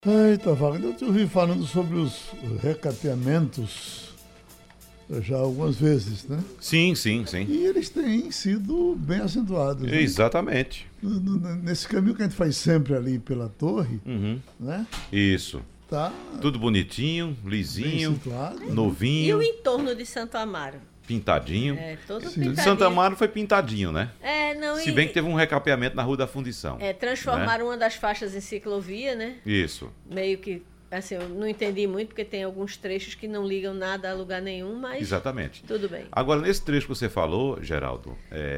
Eita, Wagner, eu te ouvi falando sobre os recapeamentos já algumas vezes, né? Sim. E eles têm sido bem acentuados. Né? Exatamente. Nesse caminho que a gente faz sempre ali pela torre, né? Isso. Tá Tudo bonitinho, bem lisinho, situado. E novinho, o entorno de Santo Amaro? pintadinho. Todo Sim. pintadinho. Santo Amaro foi pintadinho, né? Não, Se bem que teve um recapeamento na Rua da Fundição. transformaram uma das faixas em ciclovia, né? Isso. Meio que, assim, eu não entendi muito, porque tem alguns trechos que não ligam nada a lugar nenhum, mas Exatamente. tudo bem. Agora, nesse trecho que você falou, Geraldo,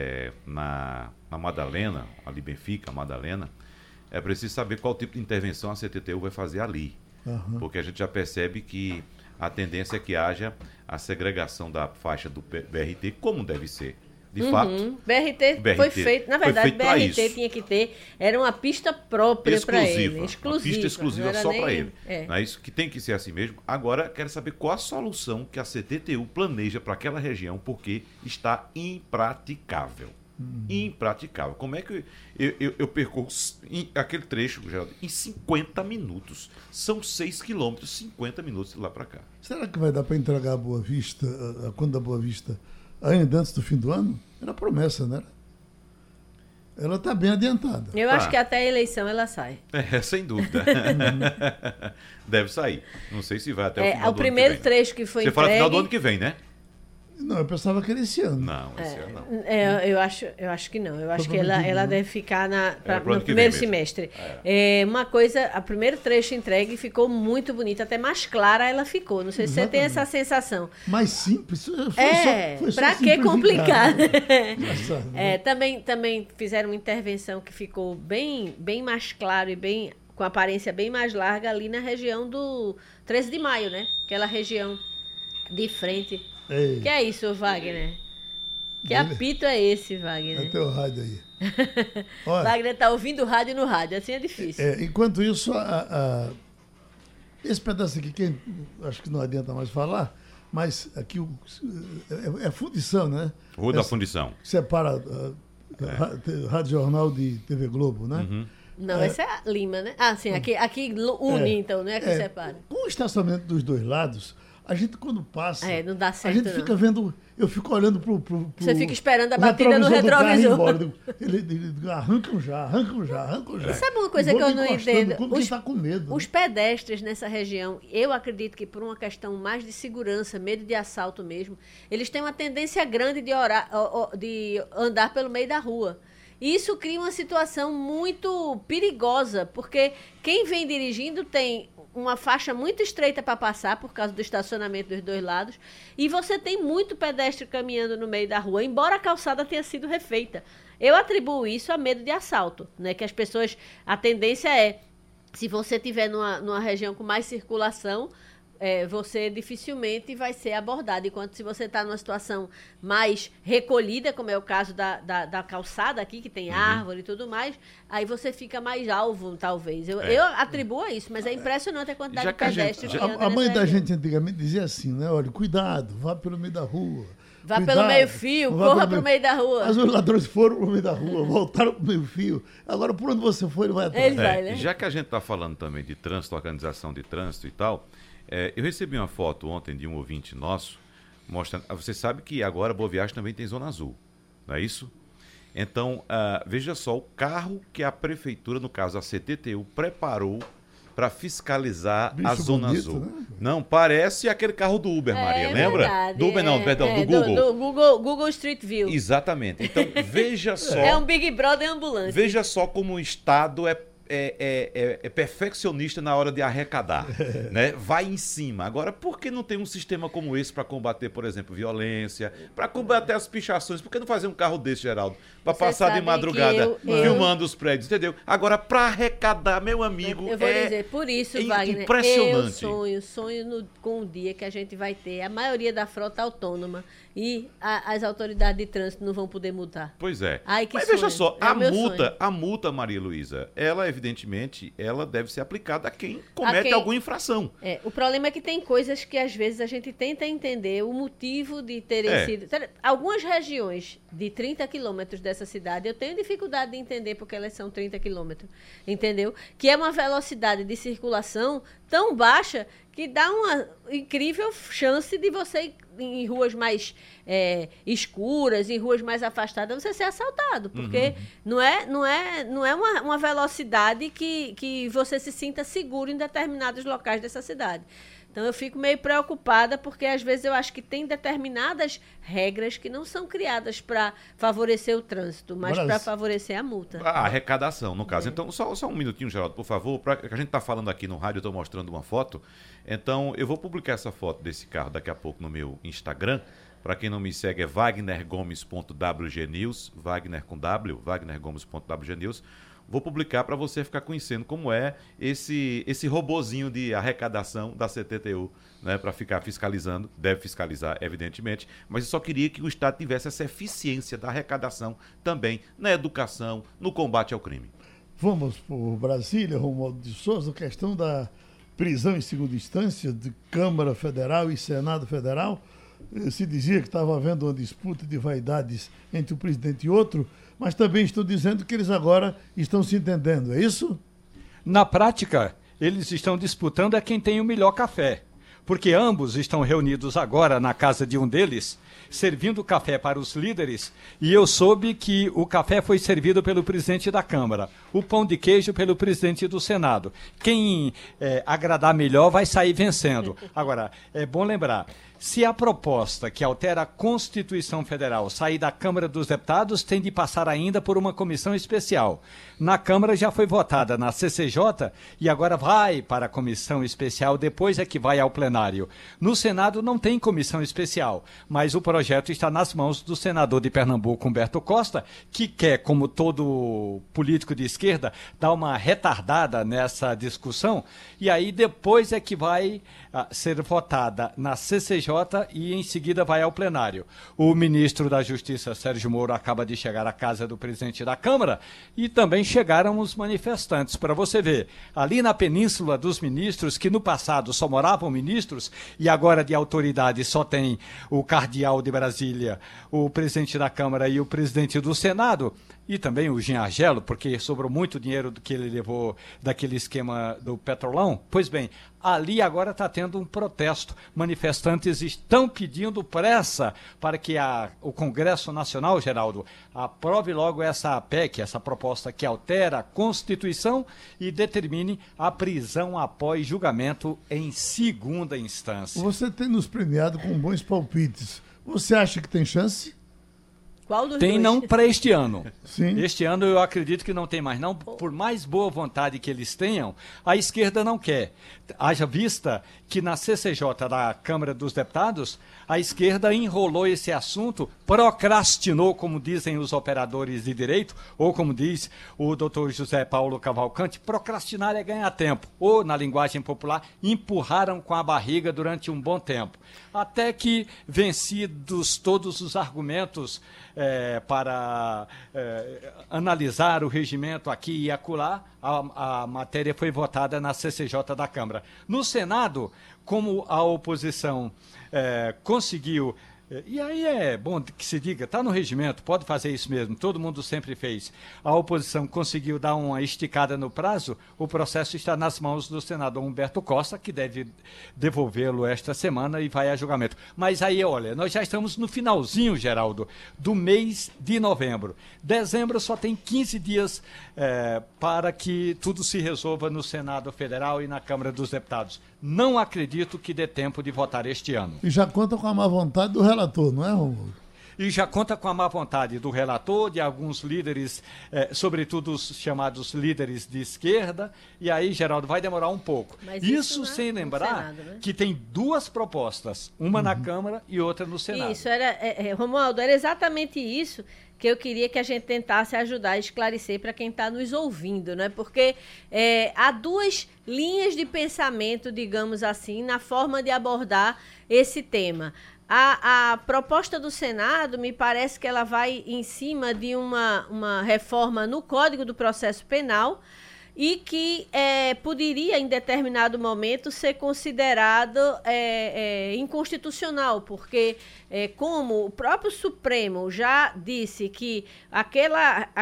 na Madalena, ali Benfica, Madalena, é preciso saber qual tipo de intervenção a CTTU vai fazer ali. Porque a gente já percebe que a tendência é que haja a segregação da faixa do BRT, como deve ser. De fato. BRT foi feito, na verdade, pra BRT isso. tinha que ter, era uma pista própria para ele. Uma pista exclusiva não era só nem- para ele. É. Não é isso que tem que ser assim mesmo. Agora, quero saber qual a solução que a CTTU planeja para aquela região, porque está impraticável. Impraticável. Como é que eu percorro aquele trecho, Geraldo, em 50 minutos? São 6 quilômetros, 50 minutos de lá para cá. Será que vai dar para entregar a Boa Vista, a conta da Boa Vista, ainda antes do fim do ano? Era promessa, né? Ela está bem adiantada. Eu Tá. acho que até a eleição ela sai. Sem dúvida. Deve sair. Não sei se vai até o final do ano O primeiro que vem. trecho que foi Você fala final do ano entregue... que vem, né? Não, eu pensava que era esse ano. Não, esse ano não. Eu acho que não. Eu acho que prometido, ela né? deve ficar Pro no ano que primeiro vem mesmo. semestre. Uma coisa, a primeiro trecho entregue ficou muito bonita, até mais clara ela ficou. Não sei se você tem essa sensação. Mais simples. Foi só Pra que complicar? Engraçado, né? Também fizeram uma intervenção que ficou bem mais claro e bem com aparência bem mais larga ali na região do 13 de maio, né? Aquela região de frente. Ei, Que é isso, Wagner? Que apito é esse, Wagner? até o rádio aí. Olha, Wagner tá ouvindo rádio no rádio, assim é difícil. enquanto isso, esse pedaço aqui, que acho que não adianta mais falar, mas aqui é fundição, né? Rua da Essa- Fundição. Separa Rádio Jornal de TV Globo, né? Não, essa é a Lima, né? Ah, sim, aqui une, então, não é que separa. Com o estacionamento dos dois lados, a gente quando passa, Não dá a certo, gente fica vendo, eu fico olhando pro Você fica esperando a o batida no do carro ir retrovisor. embora. Ele arrancam já. Sabe uma coisa E que vão eu não encostando, entendo? Como quem tá com medo. Os pedestres nessa região, eu acredito que por uma questão mais de segurança, medo de assalto mesmo, eles têm uma tendência grande de andar pelo meio da rua. E isso cria uma situação muito perigosa, porque quem vem dirigindo tem uma faixa muito estreita para passar por causa do estacionamento dos dois lados, e você tem muito pedestre caminhando no meio da rua, embora a calçada tenha sido refeita. Eu atribuo isso a medo de assalto, né? Que as pessoas, a tendência é, se você estiver numa região com mais circulação, você dificilmente vai ser abordado. Enquanto se você está numa situação mais recolhida, como é o caso da calçada aqui, que tem árvore e tudo mais, aí você fica mais alvo, talvez. Eu atribuo a isso, mas é impressionante a quantidade Já de que a gente- pedestres que andam A mãe nessa da região. gente antigamente dizia assim, né? Olha, cuidado, vá pelo meio da rua. Vá Cuidado, pelo meio-fio, não vá corra pelo pro meio da rua. Mas os ladrões foram pro meio da rua, voltaram pro meio-fio. Agora, por onde você for, ele vai atrás. Ele vai, né? Já que a gente está falando também de trânsito, organização de trânsito e tal, eu recebi uma foto ontem de um ouvinte nosso, mostrando. Você sabe que agora Boa Viagem também tem Zona Azul, não é isso? Então, veja só, o carro que a prefeitura, no caso a CTTU, preparou para fiscalizar Bicho a Zona bonito, Azul. né? Não, parece aquele carro do Uber, Maria, lembra? Verdade, Do Uber não, perdão, do Google. Do Google Street View. Exatamente. Então, veja só. É um Big Brother ambulante. Veja só como o Estado é perfeccionista na hora de arrecadar, né? Vai em cima. Agora, por que não tem um sistema como esse para combater, por exemplo, violência, para combater as pichações? Por que não fazer um carro desse, Geraldo, para Você passar de sabe madrugada que eu- filmando os prédios, entendeu? Agora, para arrecadar, meu amigo, Eu vou dizer, por isso, Wagner, impressionante. eu sonho com o dia que a gente vai ter a maioria da frota autônoma e as autoridades de trânsito não vão poder multar. Pois é. Ai, que Mas veja sonho. só, É o meu sonho. a multa, Maria Luísa, ela é evidentemente, ela deve ser aplicada a quem comete alguma infração. O problema é que tem coisas que, às vezes, a gente tenta entender o motivo de terem sido... Algumas regiões de 30 quilômetros dessa cidade, eu tenho dificuldade de entender porque elas são 30 quilômetros, entendeu? Que é uma velocidade de circulação tão baixa que dá uma incrível chance de você, em ruas mais escuras, em ruas mais afastadas, você ser assaltado. Porque não é uma velocidade que você se sinta seguro em determinados locais dessa cidade. Então, eu fico meio preocupada porque, às vezes, eu acho que tem determinadas regras que não são criadas para favorecer o trânsito, mas para favorecer a multa. A arrecadação, no caso. Então, só um minutinho, Geraldo, por favor. A gente está falando aqui no rádio, eu estou mostrando uma foto. Então, eu vou publicar essa foto desse carro daqui a pouco no meu Instagram. Para quem não me segue, é wagnergomes.wgnews, Wagner com W, wagnergomes.wgnews. Vou publicar para você ficar conhecendo como é esse robozinho de arrecadação da CTTU, né, para ficar fiscalizando. Deve fiscalizar, evidentemente, mas eu só queria que o Estado tivesse essa eficiência da arrecadação também na educação, no combate ao crime. Vamos por Brasília, Romualdo de Souza, questão da prisão em segunda instância de Câmara Federal e Senado Federal. Se dizia que estava havendo uma disputa de vaidades entre um presidente e outro, mas também estou dizendo que eles agora estão se entendendo, é isso? Na prática, eles estão disputando quem tem o melhor café, porque ambos estão reunidos agora na casa de um deles, servindo café para os líderes, e eu soube que o café foi servido pelo presidente da Câmara, o pão de queijo pelo presidente do Senado. Quem agradar melhor vai sair vencendo. Agora, é bom lembrar, se a proposta que altera a Constituição Federal sair da Câmara dos Deputados, tem de passar ainda por uma comissão especial. Na Câmara já foi votada na CCJ e agora vai para a comissão especial, depois é que vai ao plenário. No Senado não tem comissão especial, mas o projeto está nas mãos do senador de Pernambuco, Humberto Costa, que quer, como todo político de esquerda, dar uma retardada nessa discussão, e aí depois é que vai ser votada na CCJ e em seguida vai ao plenário. O ministro da Justiça, Sérgio Moro, acaba de chegar à casa do presidente da Câmara e também chegaram os manifestantes. Para você ver, ali na Península dos Ministros, que no passado só moravam ministros e agora de autoridade só tem o cardeal de Brasília, o presidente da Câmara e o presidente do Senado, e também o Jean Argelo, porque sobrou muito dinheiro do que ele levou daquele esquema do Petrolão. Pois bem, ali agora está tendo um protesto. Manifestantes estão pedindo pressa para que o Congresso Nacional, Geraldo, aprove logo essa PEC, essa proposta que altera a Constituição e determine a prisão após julgamento em segunda instância. Você tem nos premiado com bons palpites. Você acha que tem chance? Qual dos tem dois? Não para este ano. Sim. Este ano eu acredito que não tem mais não. Por mais boa vontade que eles tenham, a esquerda não quer. Haja vista que na CCJ da Câmara dos Deputados, a esquerda enrolou esse assunto, procrastinou, como dizem os operadores de direito, ou como diz o doutor José Paulo Cavalcante, procrastinar é ganhar tempo. Ou, na linguagem popular, empurraram com a barriga durante um bom tempo. Até que, vencidos todos os argumentos para analisar o regimento aqui e acolá, a matéria foi votada na CCJ da Câmara. No Senado, como a oposição conseguiu... E aí é bom que se diga, está no regimento, pode fazer isso mesmo, todo mundo sempre fez. A oposição conseguiu dar uma esticada no prazo, o processo está nas mãos do senador Humberto Costa, que deve devolvê-lo esta semana e vai a julgamento. Mas aí, olha, nós já estamos no finalzinho, Geraldo, do mês de novembro. Dezembro só tem 15 dias para que tudo se resolva no Senado Federal e na Câmara dos Deputados. Não acredito que dê tempo de votar este ano. E já conta com a má vontade do relator, não é, Romualdo? E já conta com a má vontade do relator, de alguns líderes, sobretudo os chamados líderes de esquerda, e aí, Geraldo, vai demorar um pouco. Mas isso sem lembrar Senado, né? que tem duas propostas, uma na Câmara e outra no Senado. Isso, Romualdo, era exatamente isso que eu queria que a gente tentasse ajudar a esclarecer para quem está nos ouvindo, né? Porque há duas linhas de pensamento, digamos assim, na forma de abordar esse tema. A proposta do Senado, me parece que ela vai em cima de uma reforma no Código do Processo Penal e que poderia, em determinado momento, ser considerado inconstitucional, porque, como o próprio Supremo já disse que aquele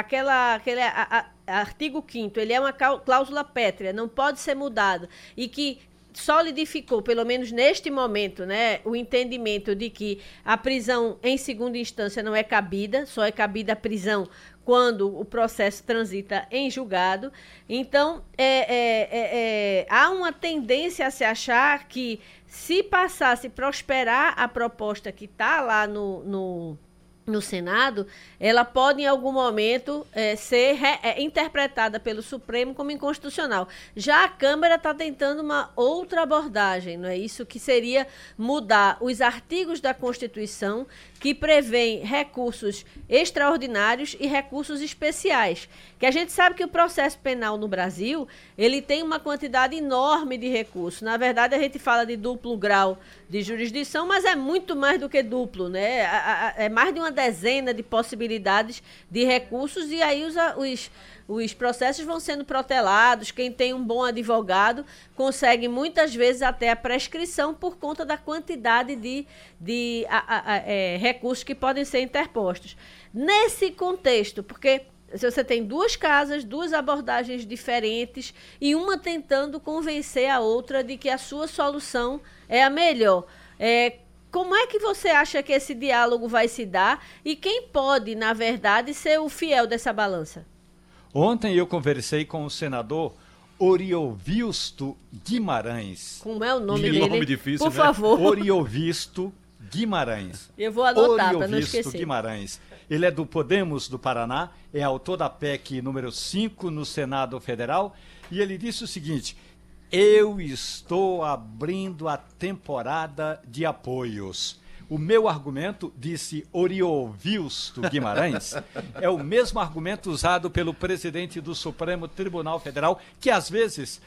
artigo 5º, ele é uma cláusula pétrea, não pode ser mudado, e que solidificou, pelo menos neste momento, né, o entendimento de que a prisão em segunda instância não é cabida, só é cabida a prisão quando o processo transita em julgado. Então, há uma tendência a se achar que, se passasse, prosperar a proposta que está lá no Senado, ela pode, em algum momento, ser interpretada pelo Supremo como inconstitucional. Já a Câmara está tentando uma outra abordagem, não é isso? Que seria mudar os artigos da Constituição que prevêem recursos extraordinários e recursos especiais. Que a gente sabe que o processo penal no Brasil, ele tem uma quantidade enorme de recursos. Na verdade, a gente fala de duplo grau de jurisdição, mas é muito mais do que duplo, né? É mais de uma dezena de possibilidades de recursos, e aí os processos vão sendo protelados. Quem tem um bom advogado consegue muitas vezes até a prescrição por conta da quantidade de recursos que podem ser interpostos. Nesse contexto, porque se você tem duas casas, duas abordagens diferentes, e uma tentando convencer a outra de que a sua solução é a melhor, como é que você acha que esse diálogo vai se dar, e quem pode, na verdade, ser o fiel dessa balança? Ontem eu conversei com o senador Oriovisto Guimarães. Como é o nome dele? Nome difícil, por favor. Oriovisto Guimarães. Eu vou anotar para não esquecer. Guimarães. Ele é do Podemos do Paraná, é autor da PEC número 5 no Senado Federal, e ele disse o seguinte: eu estou abrindo a temporada de apoios. O meu argumento, disse Oriovisto Guimarães, é o mesmo argumento usado pelo presidente do Supremo Tribunal Federal, que às vezes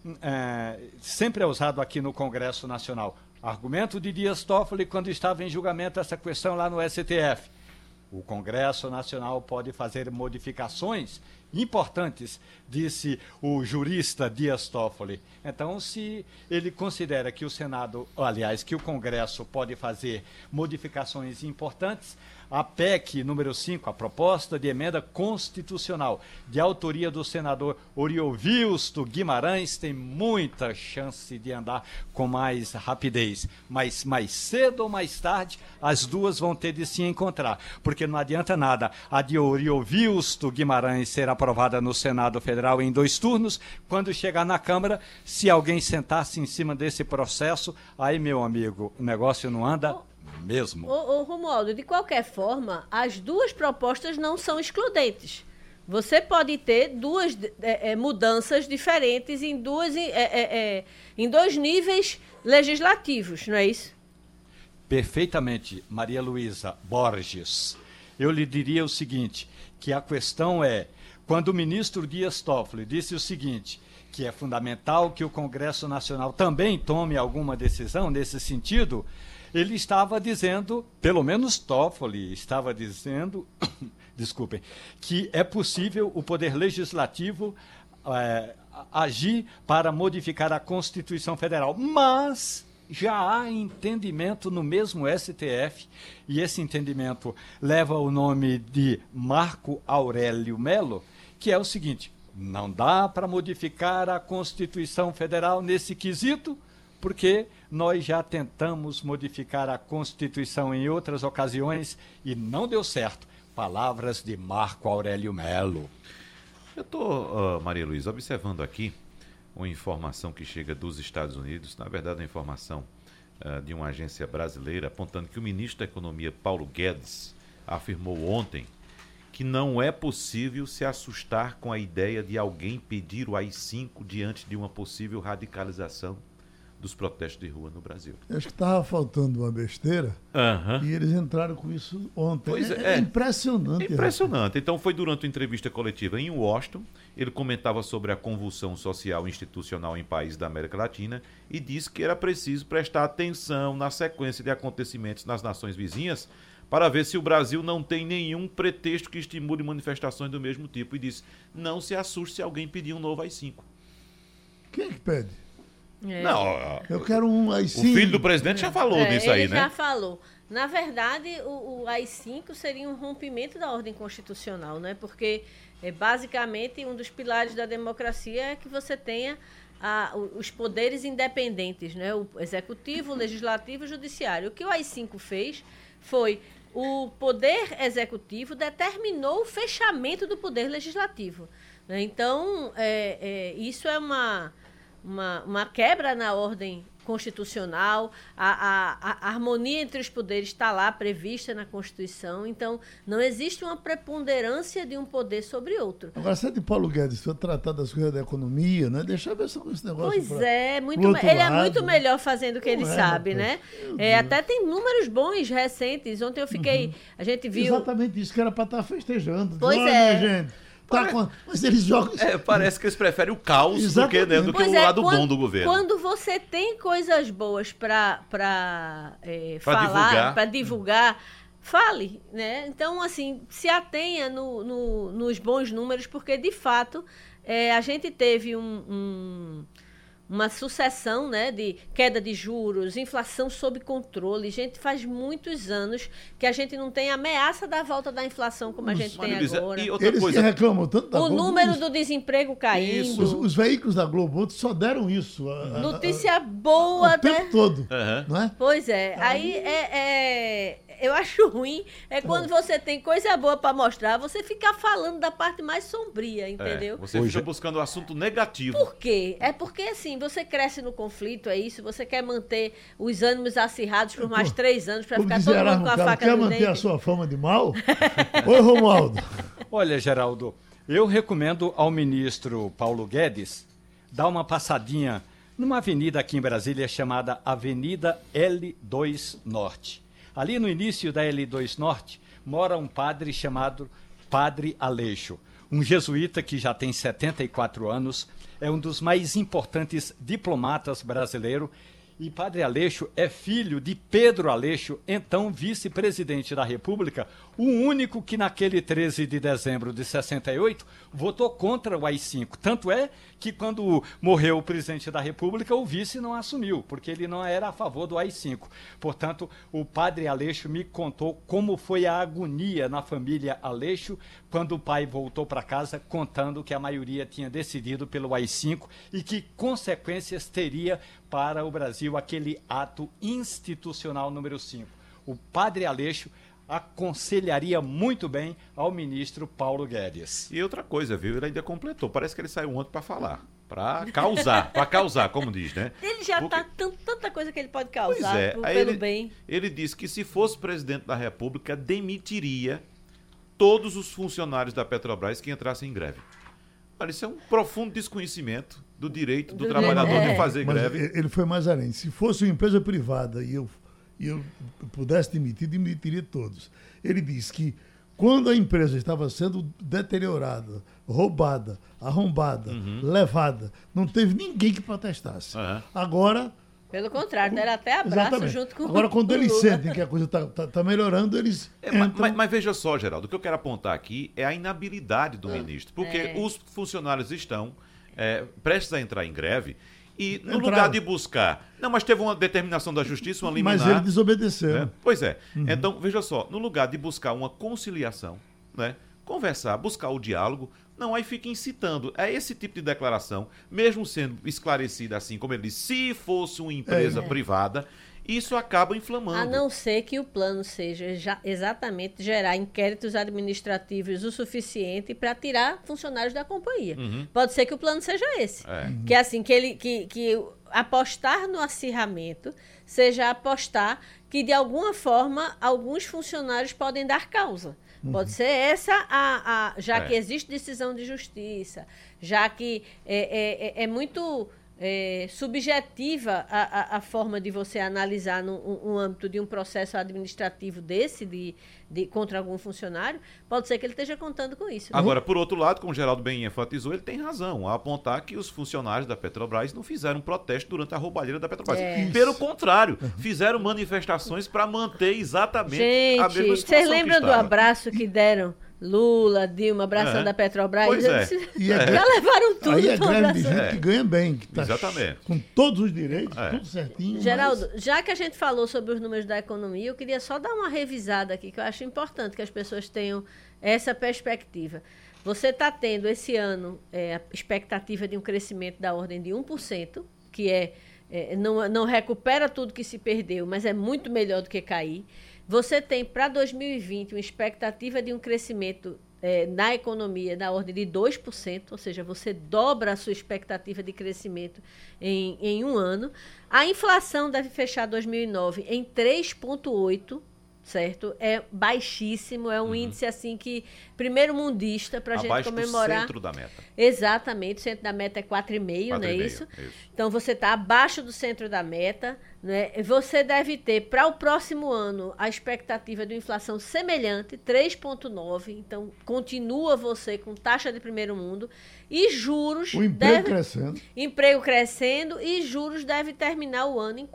sempre é usado aqui no Congresso Nacional. Argumento de Dias Toffoli quando estava em julgamento essa questão lá no STF. O Congresso Nacional pode fazer modificações importantes, disse o jurista Dias Toffoli. Então, se ele considera que o Senado, aliás, que o Congresso pode fazer modificações importantes, a PEC número 5, a proposta de emenda constitucional, de autoria do senador Oriovisto Guimarães, tem muita chance de andar com mais rapidez. Mas mais cedo ou mais tarde, as duas vão ter de se encontrar, porque não adianta nada a de Oriovisto Guimarães ser aprovada no Senado Federal em 2 turnos, quando chegar na Câmara, se alguém sentasse em cima desse processo, aí, meu amigo, o negócio não anda mesmo. Romualdo, de qualquer forma, as duas propostas não são excludentes. Você pode ter duas mudanças diferentes em 2 níveis legislativos, não é isso? Perfeitamente, Maria Luísa Borges. Eu lhe diria o seguinte, que a questão é, quando o ministro Dias Toffoli disse o seguinte, que é fundamental que o Congresso Nacional também tome alguma decisão nesse sentido, ele estava dizendo, pelo menos Toffoli estava dizendo, desculpem, que é possível o Poder Legislativo agir para modificar a Constituição Federal, mas já há entendimento no mesmo STF, e esse entendimento leva o nome de Marco Aurélio Melo, que é o seguinte: não dá para modificar a Constituição Federal nesse quesito, porque nós já tentamos modificar a Constituição em outras ocasiões e não deu certo. Palavras de Marco Aurélio Melo. Eu estou, Maria Luísa, observando aqui uma informação que chega dos Estados Unidos, na verdade uma informação de uma agência brasileira, apontando que o ministro da Economia, Paulo Guedes, afirmou ontem que não é possível se assustar com a ideia de alguém pedir o AI-5 diante de uma possível radicalização dos protestos de rua no Brasil. Acho que estava faltando uma besteira, e eles entraram com isso ontem. Pois é impressionante. É impressionante. Então, foi durante uma entrevista coletiva em Washington, ele comentava sobre a convulsão social e institucional em países da América Latina e disse que era preciso prestar atenção na sequência de acontecimentos nas nações vizinhas para ver se o Brasil não tem nenhum pretexto que estimule manifestações do mesmo tipo. E disse, não se assuste se alguém pedir um novo AI-5. Quem é que pede? Não, eu quero um AI-5. O filho do presidente já falou disso aí, né? Ele já falou. Na verdade, o AI-5 seria um rompimento da ordem constitucional, né? Porque, basicamente, um dos pilares da democracia é que você tenha os poderes independentes, né? O executivo, o legislativo e o judiciário. O que o AI-5 fez foi o poder executivo determinou o fechamento do poder legislativo, né? Então, isso é uma quebra na ordem constitucional, a harmonia entre os poderes está lá prevista na Constituição, então não existe uma preponderância de um poder sobre outro. Agora, se é de Paulo Guedes for tratar das coisas da economia, né? Deixa eu ver se esse negócio. Pois é, ele é muito melhor fazendo o que ele sabe, né? Até tem números bons recentes. Ontem eu fiquei. A gente viu. Exatamente isso que era para estar festejando. Pois é. Gente. Mas eles jogam. Parece que eles preferem o caos do que o lado bom do governo. Quando você tem coisas boas para falar, para divulgar, fale, né? Então, assim, se atenha nos bons números, porque, de fato, a gente teve uma sucessão, né, de queda de juros, inflação sob controle. Gente, faz muitos anos que a gente não tem ameaça da volta da inflação como a gente tem agora. E outra eles coisa, que reclamam tanto da Globo, número do desemprego caindo. Os veículos da Globo só deram isso. Notícia boa, o tempo todo, não é? Pois é. Aí eu acho ruim quando você tem coisa boa para mostrar, você ficar falando da parte mais sombria, entendeu? Você fica buscando o assunto negativo. Por quê? É porque, assim, você cresce no conflito, é isso, você quer manter os ânimos acirrados por mais 3 anos para ficar todo mundo com a faca no dente. Quer manter a sua fama de mal? Oi, Romualdo. Olha, Geraldo, eu recomendo ao ministro Paulo Guedes dar uma passadinha numa avenida aqui em Brasília chamada Avenida L2 Norte. Ali no início da L2 Norte mora um padre chamado Padre Aleixo, um jesuíta que já tem 74 anos, é um dos mais importantes diplomatas brasileiros. E Padre Aleixo é filho de Pedro Aleixo, então vice-presidente da República, o único que naquele 13 de dezembro de 68 votou contra o AI-5. Tanto é que quando morreu o presidente da República, o vice não assumiu, porque ele não era a favor do AI-5. Portanto, o Padre Aleixo me contou como foi a agonia na família Aleixo quando o pai voltou para casa contando que a maioria tinha decidido pelo AI-5 e que consequências teria para o Brasil aquele ato institucional número 5. O Padre Aleixo aconselharia muito bem ao ministro Paulo Guedes. E outra coisa, viu? Ele ainda completou. Parece que ele saiu ontem para falar. Para causar, como diz, né? Ele já está tanta coisa que ele pode causar pelo bem. Ele disse que se fosse presidente da República, demitiria todos os funcionários da Petrobras que entrassem em greve. Olha, isso é um profundo desconhecimento do direito do trabalhador de fazer greve. Ele foi mais além. Se fosse uma empresa privada e eu pudesse demitir, demitiria todos. Ele disse que quando a empresa estava sendo deteriorada, roubada, arrombada, levada, não teve ninguém que protestasse. Agora... Pelo contrário, deram até abraço junto com Agora, quando eles sentem que a coisa está melhorando, eles entram... Mas veja só, Geraldo, o que eu quero apontar aqui é a inabilidade do ministro. Porque os funcionários estão prestes a entrar em greve e no lugar de buscar... Não, mas teve uma determinação da justiça, uma liminar... Mas ele desobedeceu. Né? Pois é. Então, veja só, no lugar de buscar uma conciliação, né? Conversar, buscar o diálogo, não, aí fica incitando. É esse tipo de declaração, mesmo sendo esclarecida assim, como ele disse, se fosse uma empresa privada, isso acaba inflamando. A não ser que o plano seja exatamente gerar inquéritos administrativos o suficiente para tirar funcionários da companhia. Pode ser que o plano seja esse. Que é assim, que apostar no acirramento seja apostar que, de alguma forma, alguns funcionários podem dar causa. Pode ser essa, já que existe decisão de justiça, já que é muito subjetiva a forma de você analisar no âmbito de um processo administrativo desse, contra algum funcionário, pode ser que ele esteja contando com isso. Agora, por outro lado, como o Geraldo bem enfatizou, ele tem razão a apontar que os funcionários da Petrobras não fizeram protesto durante a roubalheira da Petrobras. Pelo contrário, fizeram manifestações para manter exatamente a mesma situação. Vocês lembram do abraço que deram Lula, Dilma, abraçando a Petrobras? Pois já levaram tudo. Aí é greve de gente que ganha bem, que tá exatamente, com todos os direitos, tudo certinho. Geraldo, já que a gente falou sobre os números da economia, eu queria só dar uma revisada aqui, que eu acho importante que as pessoas tenham essa perspectiva. Você está tendo esse ano a expectativa de um crescimento da ordem de 1%, que não recupera tudo que se perdeu, mas é muito melhor do que cair. Você tem, para 2020, uma expectativa de um crescimento na economia da ordem de 2%, ou seja, você dobra a sua expectativa de crescimento em um ano. A inflação deve fechar 2009 em 3,8%, certo? É baixíssimo, é um índice assim que, primeiro mundista, para a gente comemorar. Abaixo do centro da meta. Exatamente, o centro da meta é 4,5, não é isso? Então você está abaixo do centro da meta, né? Você deve ter, para o próximo ano, a expectativa de uma inflação semelhante, 3,9%, então continua você com taxa de primeiro mundo, e juros... O emprego crescendo. Emprego crescendo, e juros deve terminar o ano em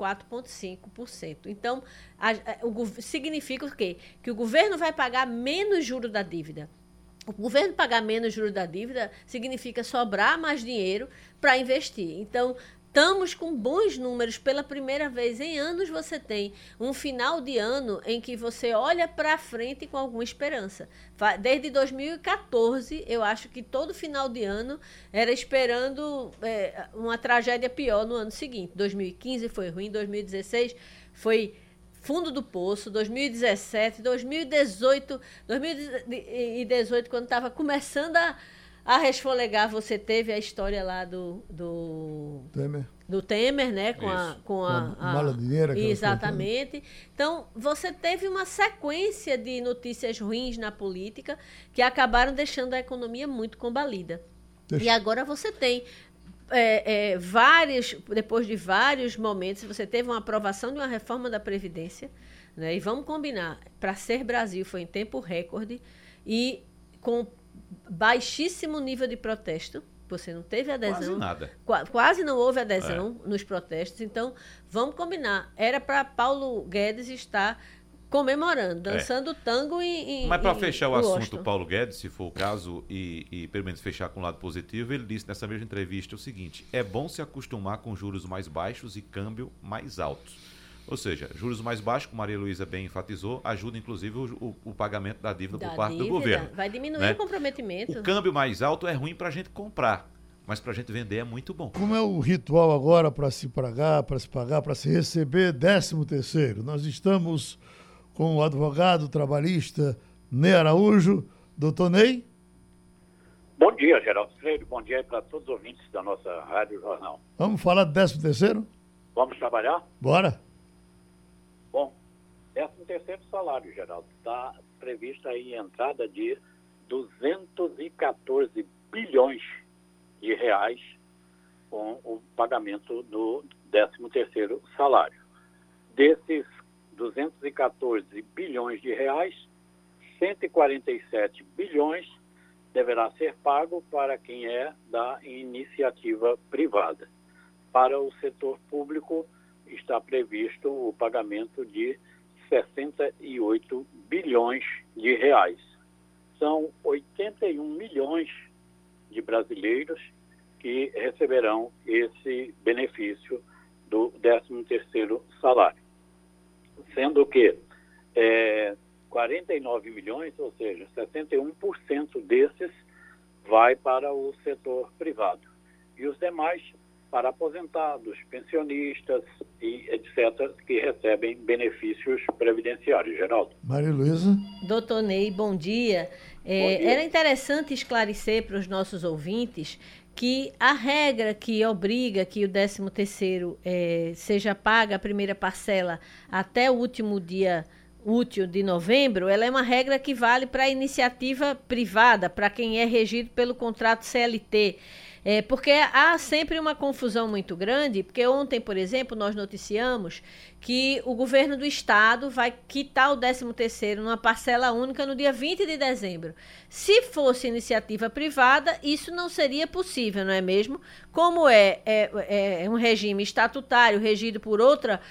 4,5%. Então, significa o quê? Que o governo vai pagar menos juros da dívida. O governo pagar menos juros da dívida significa sobrar mais dinheiro para investir. Então, estamos com bons números. Pela primeira vez em anos, você tem um final de ano em que você olha para frente com alguma esperança. Desde 2014, eu acho que todo final de ano era esperando uma tragédia pior no ano seguinte. 2015 foi ruim, 2016 foi fundo do poço, 2017, 2018, quando estava começando a resfolegar, você teve a história lá do Temer, né? Com a mala de dinheiro. Exatamente. Então, você teve uma sequência de notícias ruins na política que acabaram deixando a economia muito combalida. E agora você tem... depois de vários momentos, você teve uma aprovação de uma reforma da Previdência, né? E vamos combinar, para ser Brasil foi em tempo recorde e com baixíssimo nível de protesto. Você não teve adesão. Quase nada. Quase não houve adesão nos protestos. Então, vamos combinar. Era para Paulo Guedes estar comemorando, dançando tango Mas para fechar o assunto, Washington. Paulo Guedes, se for o caso, e pelo menos fechar com um lado positivo, ele disse nessa mesma entrevista o seguinte: é bom se acostumar com juros mais baixos e câmbio mais altos. Ou seja, juros mais baixos, como Maria Luísa bem enfatizou, ajuda inclusive o pagamento da dívida por parte do governo. Vai diminuir o comprometimento. O câmbio mais alto é ruim para a gente comprar, mas para a gente vender é muito bom. Como é o ritual agora para se pagar, para se receber 13º? Nós estamos com o advogado trabalhista Ney Araújo. Doutor Ney? Bom dia, Geraldo Freire. Bom dia para todos os ouvintes da nossa Rádio Jornal. Vamos falar de 13º? Vamos trabalhar? Bora. Bom, 13º salário, Geraldo, está prevista aí entrada de 214 bilhões de reais com o pagamento do 13º salário. Desses 214 bilhões de reais, 147 bilhões deverá ser pago para quem é da iniciativa privada. Para o setor público, está previsto o pagamento de 68 bilhões de reais. São 81 milhões de brasileiros que receberão esse benefício do 13º salário. Sendo que 49 milhões, ou seja, 61% desses vai para o setor privado. E os demais para aposentados, pensionistas e etc., que recebem benefícios previdenciários. Geraldo. Maria Luísa. Doutor Ney, bom dia. Era interessante esclarecer para os nossos ouvintes que a regra que obriga que o 13º seja paga a primeira parcela até o último dia útil de novembro, ela é uma regra que vale para a iniciativa privada, para quem é regido pelo contrato CLT. Porque há sempre uma confusão muito grande, porque ontem, por exemplo, nós noticiamos que o governo do estado vai quitar o 13º numa parcela única no dia 20 de dezembro. Se fosse iniciativa privada, isso não seria possível, não é mesmo? Como é um regime estatutário regido por outra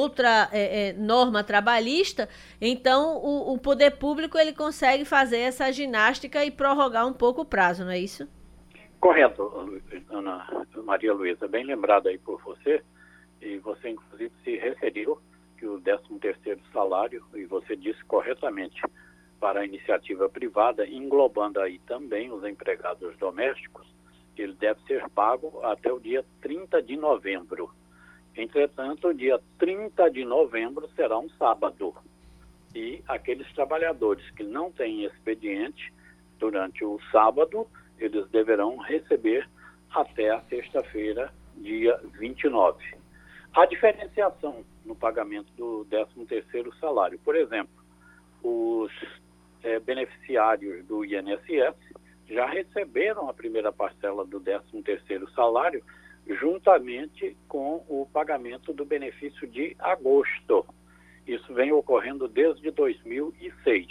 norma trabalhista, então o poder público ele consegue fazer essa ginástica e prorrogar um pouco o prazo, não é isso? Correto, Ana Maria Luísa, bem lembrado aí por você, e você inclusive se referiu que o 13º salário, e você disse corretamente, para a iniciativa privada, englobando aí também os empregados domésticos, ele deve ser pago até o dia 30 de novembro. Entretanto, o dia 30 de novembro será um sábado, e aqueles trabalhadores que não têm expediente durante o sábado, eles deverão receber até a sexta-feira, dia 29. A diferenciação no pagamento do 13º salário, por exemplo, os beneficiários do INSS já receberam a primeira parcela do 13º salário juntamente com o pagamento do benefício de agosto. Isso vem ocorrendo desde 2006.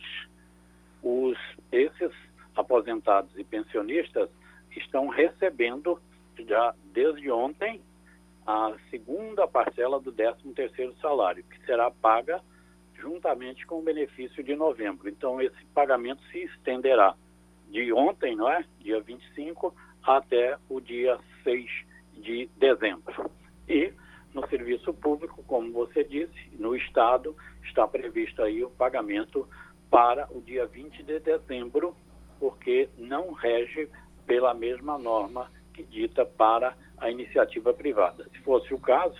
Esses aposentados e pensionistas estão recebendo já desde ontem a segunda parcela do 13º salário, que será paga juntamente com o benefício de novembro. Então, esse pagamento se estenderá de ontem, não é? Dia 25, até o dia 6 de dezembro. E no serviço público, como você disse, no Estado, está previsto aí o pagamento para o dia 20 de dezembro, porque não rege pela mesma norma que dita para a iniciativa privada. Se fosse o caso,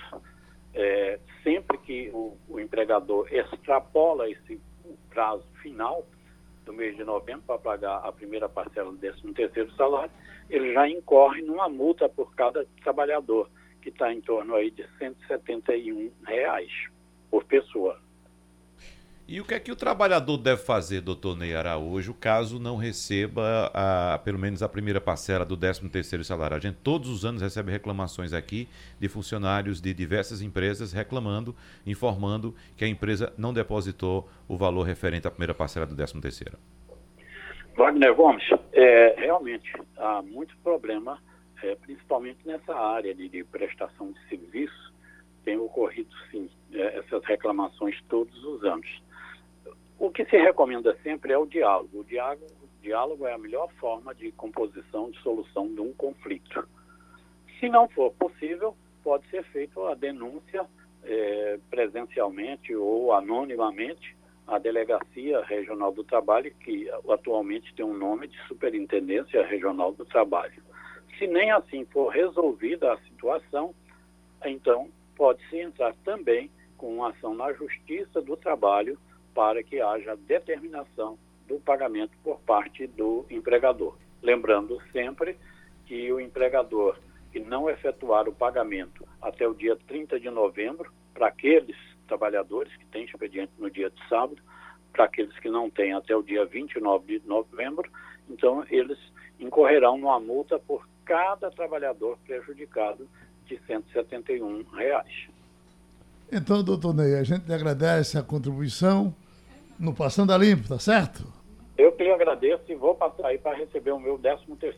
sempre que o empregador extrapola esse prazo final do mês de novembro para pagar a primeira parcela do 13º salário, ele já incorre numa multa por cada trabalhador, que está em torno aí de R$ 171 por pessoa. E o que é que o trabalhador deve fazer, doutor Ney Araújo, caso não receba pelo menos a primeira parcela do 13º salário? A gente todos os anos recebe reclamações aqui de funcionários de diversas empresas reclamando, informando que a empresa não depositou o valor referente à primeira parcela do 13º. Wagner Gomes, realmente há muito problema, principalmente nessa área de prestação de serviço. Tem ocorrido, sim, essas reclamações todos os anos. O que se recomenda sempre é o diálogo. O diálogo é a melhor forma de composição, de solução de um conflito. Se não for possível, pode ser feita a denúncia presencialmente ou anonimamente à Delegacia Regional do Trabalho, que atualmente tem um nome de Superintendência Regional do Trabalho. Se nem assim for resolvida a situação, então pode-se entrar também com uma ação na Justiça do Trabalho para que haja determinação do pagamento por parte do empregador. Lembrando sempre que o empregador que não efetuar o pagamento até o dia 30 de novembro, para aqueles trabalhadores que têm expediente no dia de sábado, para aqueles que não têm até o dia 29 de novembro, então eles incorrerão numa multa por cada trabalhador prejudicado de R$ 171. Então, doutor Ney, a gente lhe agradece a contribuição no Passando a Limpo, tá certo? Eu que lhe agradeço e vou passar aí para receber o meu 13º.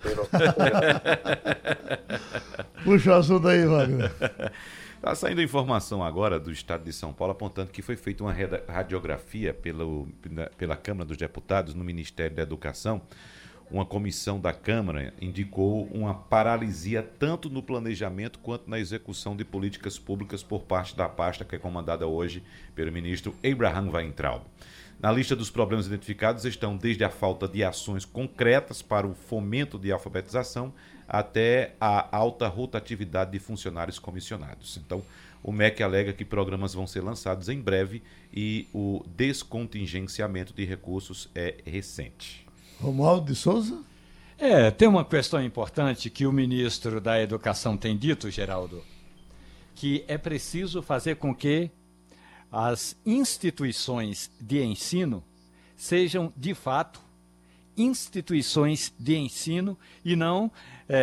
Puxa o assunto aí, Wagner. Está saindo informação agora do Estado de São Paulo apontando que foi feita uma radiografia pela Câmara dos Deputados no Ministério da Educação. Uma comissão da Câmara indicou uma paralisia tanto no planejamento quanto na execução de políticas públicas por parte da pasta que é comandada hoje pelo ministro Abraham Weintraub. Na lista dos problemas identificados estão desde a falta de ações concretas para o fomento de alfabetização até a alta rotatividade de funcionários comissionados. Então, o MEC alega que programas vão ser lançados em breve e o descontingenciamento de recursos é recente. Romualdo de Souza? Tem uma questão importante que o ministro da Educação tem dito, Geraldo, que é preciso fazer com que as instituições de ensino sejam, de fato, instituições de ensino e não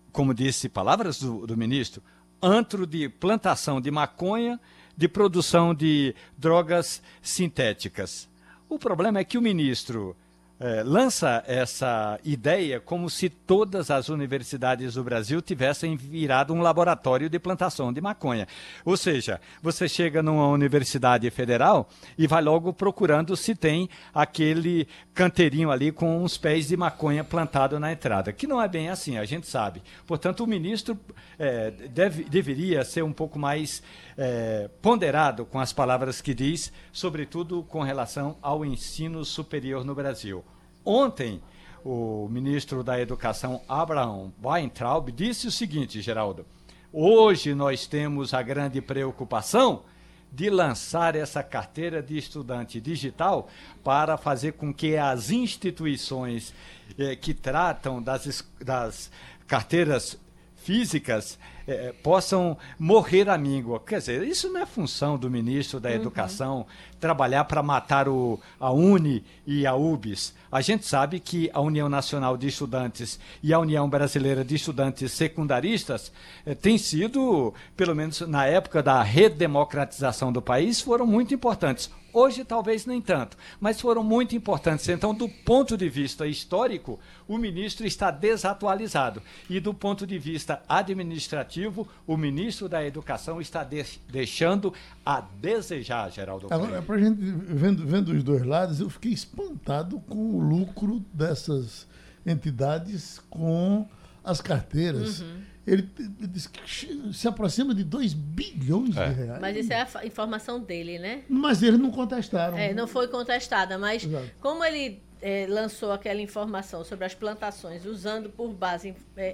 como disse, palavras do ministro, antro de plantação de maconha, de produção de drogas sintéticas. O problema é que o ministro lança essa ideia como se todas as universidades do Brasil tivessem virado um laboratório de plantação de maconha. Ou seja, você chega numa universidade federal e vai logo procurando se tem aquele canteirinho ali com uns pés de maconha plantado na entrada, que não é bem assim, a gente sabe. Portanto, o ministro deveria ser um pouco mais ponderado com as palavras que diz, sobretudo com relação ao ensino superior no Brasil. Ontem, o ministro da Educação, Abraham Weintraub, disse o seguinte, Geraldo: hoje nós temos a grande preocupação de lançar essa carteira de estudante digital para fazer com que as instituições que tratam das carteiras físicas possam morrer à míngua. Quer dizer, isso não é função do ministro da Educação, trabalhar para matar a UNE e a UBS. A gente sabe que a União Nacional de Estudantes e a União Brasileira de Estudantes Secundaristas têm sido, pelo menos na época da redemocratização do país, foram muito importantes. Hoje, talvez nem tanto, mas foram muito importantes. Então, do ponto de vista histórico, o ministro está desatualizado. E do ponto de vista administrativo, o ministro da Educação está deixando a desejar, Geraldo. Agora, para a gente, vendo os dois lados, eu fiquei espantado com o lucro dessas entidades com as carteiras. Ele disse que se aproxima de 2 bilhões de reais. Mas isso é a informação dele, né? Mas eles não contestaram. Não foi contestada, mas Exato. Como ele lançou aquela informação sobre as plantações, usando por base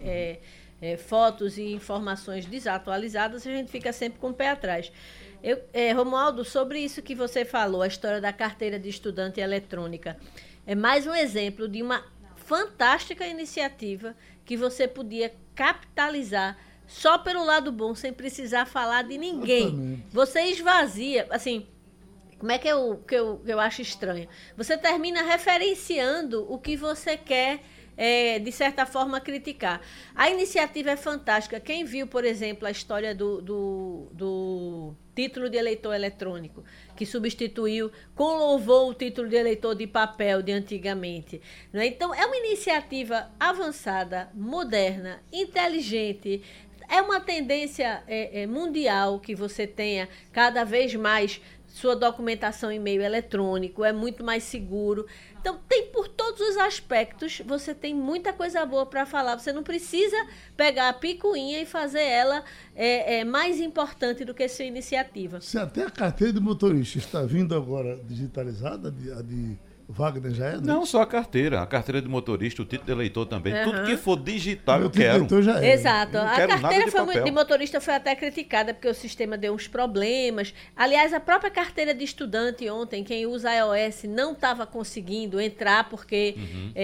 fotos e informações desatualizadas, a gente fica sempre com o pé atrás. Romualdo, sobre isso que você falou, a história da carteira de estudante eletrônica, é mais um exemplo de uma fantástica iniciativa que você podia capitalizar só pelo lado bom, sem precisar falar de ninguém. Exatamente. Você esvazia, assim, como é que eu acho estranho? Você termina referenciando o que você quer, de certa forma, criticar. A iniciativa é fantástica. Quem viu, por exemplo, a história do título de eleitor eletrônico, que substituiu com louvor o título de eleitor de papel de antigamente. Né? Então, é uma iniciativa avançada, moderna, inteligente. É uma tendência mundial que você tenha cada vez mais sua documentação em meio eletrônico, é muito mais seguro. Então, tem por todos os aspectos, você tem muita coisa boa para falar. Você não precisa pegar a picuinha e fazer ela mais importante do que sua iniciativa. Se até a carteira de motorista está vindo agora digitalizada, a de Wagner já é? Não só a carteira de motorista, o título de eleitor também. Tudo que for digital Meu eu quero. título de eleitor já é. Exato. Não A quero nada carteira de de motorista foi até criticada porque o sistema deu uns problemas. Aliás, a própria carteira de estudante ontem, quem usa iOS não estava conseguindo entrar porque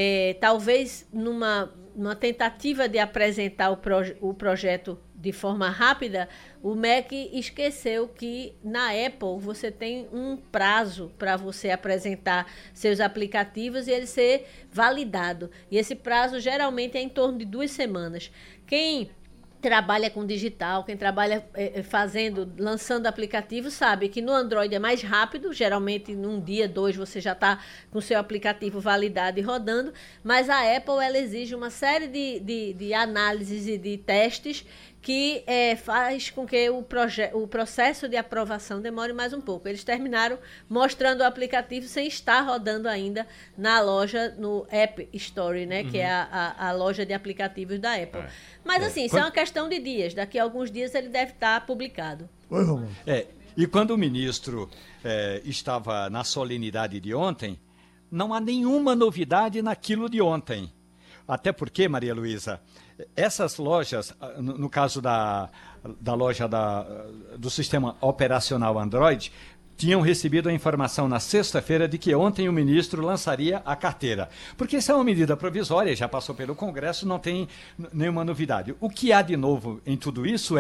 talvez numa tentativa de apresentar o projeto de forma rápida, o MEC esqueceu que na Apple você tem um prazo para você apresentar seus aplicativos e ele ser validado. E esse prazo geralmente é em torno de 2 semanas. Quem trabalha com digital, quem trabalha lançando aplicativo, sabe que no Android é mais rápido, geralmente num dia, 2, você já está com o seu aplicativo validado e rodando, mas a Apple ela exige uma série de análises e de testes que faz com que o processo de aprovação demore mais um pouco. Eles terminaram mostrando o aplicativo sem estar rodando ainda na loja, no App Store, né, que é a loja de aplicativos da Apple. Mas assim, isso é uma questão de dias. Daqui a alguns dias ele deve estar publicado. Oi, Romulo. E quando o ministro estava na solenidade de ontem, não há nenhuma novidade naquilo de ontem. Até porque, Maria Luísa, essas lojas, no caso da loja do sistema operacional Android, tinham recebido a informação na sexta-feira de que ontem o ministro lançaria a carteira. Porque isso é uma medida provisória, já passou pelo Congresso, não tem nenhuma novidade. O que há de novo em tudo isso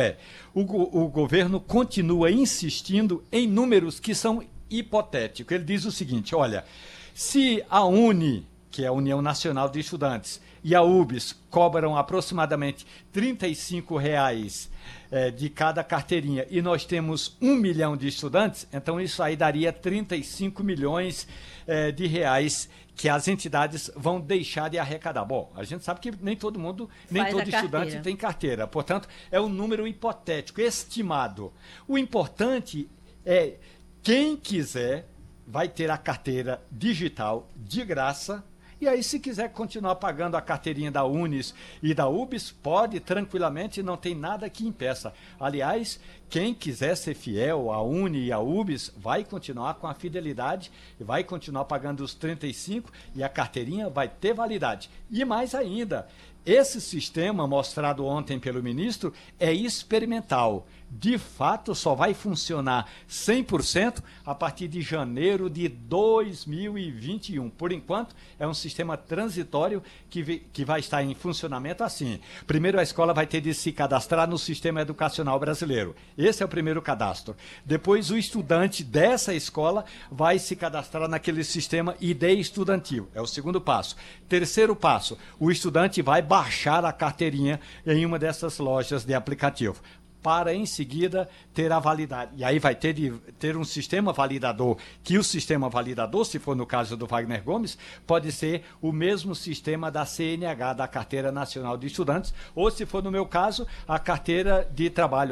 o governo continua insistindo em números que são hipotéticos. Ele diz o seguinte, olha, se a UNE, que é a União Nacional de Estudantes, e a UBS cobram aproximadamente R$ 35,00 de cada carteirinha, e nós temos 1 milhão de estudantes, então isso aí daria 35 milhões de reais que as entidades vão deixar de arrecadar. Bom, a gente sabe que nem todo mundo, nem todo estudante tem carteira. Portanto, é um número hipotético, estimado. O importante é quem quiser vai ter a carteira digital de graça. E aí, se quiser continuar pagando a carteirinha da Unis e da UBS, pode tranquilamente, não tem nada que impeça. Aliás, quem quiser ser fiel à Uni e à UBS vai continuar com a fidelidade e vai continuar pagando os 35 e a carteirinha vai ter validade. E mais ainda, esse sistema mostrado ontem pelo ministro é experimental. De fato, só vai funcionar 100% a partir de janeiro de 2021. Por enquanto, é um sistema transitório que vai estar em funcionamento assim. Primeiro, a escola vai ter de se cadastrar no Sistema Educacional Brasileiro. Esse é o primeiro cadastro. Depois, o estudante dessa escola vai se cadastrar naquele sistema ID estudantil. É o segundo passo. Terceiro passo, o estudante vai baixar a carteirinha em uma dessas lojas de aplicativo, para em seguida ter a validade. E aí vai ter um sistema validador, que o sistema validador, se for no caso do Wagner Gomes, pode ser o mesmo sistema da CNH, da Carteira Nacional de Estudantes, ou se for no meu caso, a Carteira de Trabalho,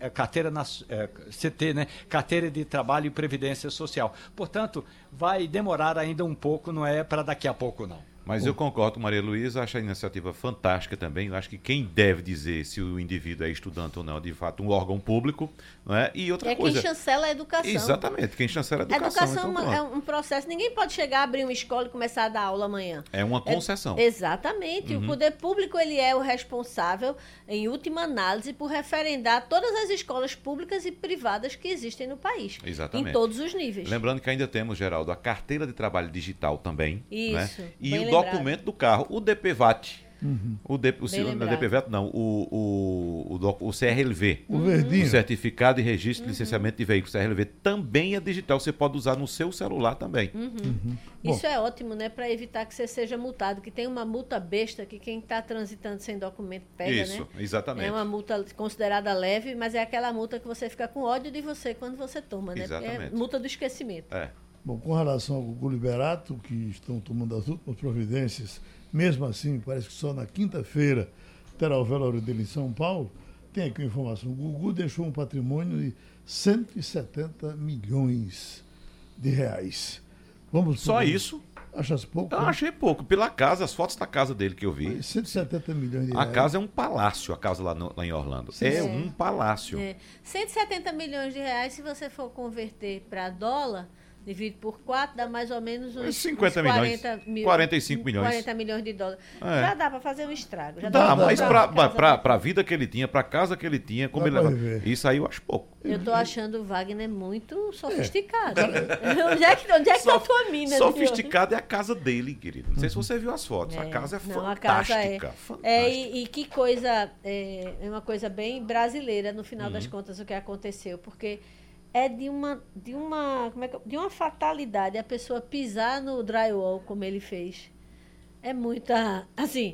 CT, né? Carteira de Trabalho e Previdência Social. Portanto, vai demorar ainda um pouco, não é para daqui a pouco não. Mas eu concordo com Maria Luísa, acho a iniciativa fantástica também. Eu acho que quem deve dizer se o indivíduo é estudante ou não é, de fato, um órgão público, não é? E outra coisa... quem chancela a educação. Exatamente, quem chancela a educação. A educação então, é um processo. Ninguém pode chegar, abrir uma escola e começar a dar aula amanhã. É uma concessão. Exatamente. O poder público ele é o responsável, em última análise, por referendar todas as escolas públicas e privadas que existem no país. Exatamente. Em todos os níveis. Lembrando que ainda temos, Geraldo, a carteira de trabalho digital também. Isso. Né? E o documento do carro, o DPVAT. O DPVAT não, o CRLV. O verdinho. O Certificado de Registro de Licenciamento de Veículos, CRLV, também é digital. Você pode usar no seu celular também. Isso é ótimo, né? Para evitar que você seja multado, que tem uma multa besta que quem está transitando sem documento pega, né? Isso, exatamente. É uma multa considerada leve, mas é aquela multa que você fica com ódio de você quando você toma, né? Exatamente. É multa do esquecimento. Bom, com relação ao Gugu Liberato, que estão tomando as últimas providências, mesmo assim, parece que só na quinta-feira terá o velório dele em São Paulo, tem aqui uma informação. O Gugu deixou um patrimônio de 170 milhões de reais. Só isso? Achas pouco? Eu achei pouco. Pela casa, as fotos da casa dele que eu vi. 170 milhões de reais. A casa é um palácio, a casa lá em Orlando. É um palácio. 170 milhões de reais, se você for converter para dólar, dividido por 4, dá mais ou menos uns 50 milhões, 45 milhões. 40 milhões de dólares. Já dá para fazer um estrago. Mas para a vida que ele tinha, para a casa que ele tinha, como ele leva, isso aí eu acho pouco. Eu estou achando o Wagner muito sofisticado. Onde é que está a tua mina? Sofisticado é a casa dele, querido. Não sei se você viu as fotos. A casa é fantástica. E que coisa, é uma coisa bem brasileira, no final das contas, o que aconteceu. Porque é de uma fatalidade a pessoa pisar no drywall como ele fez. É muita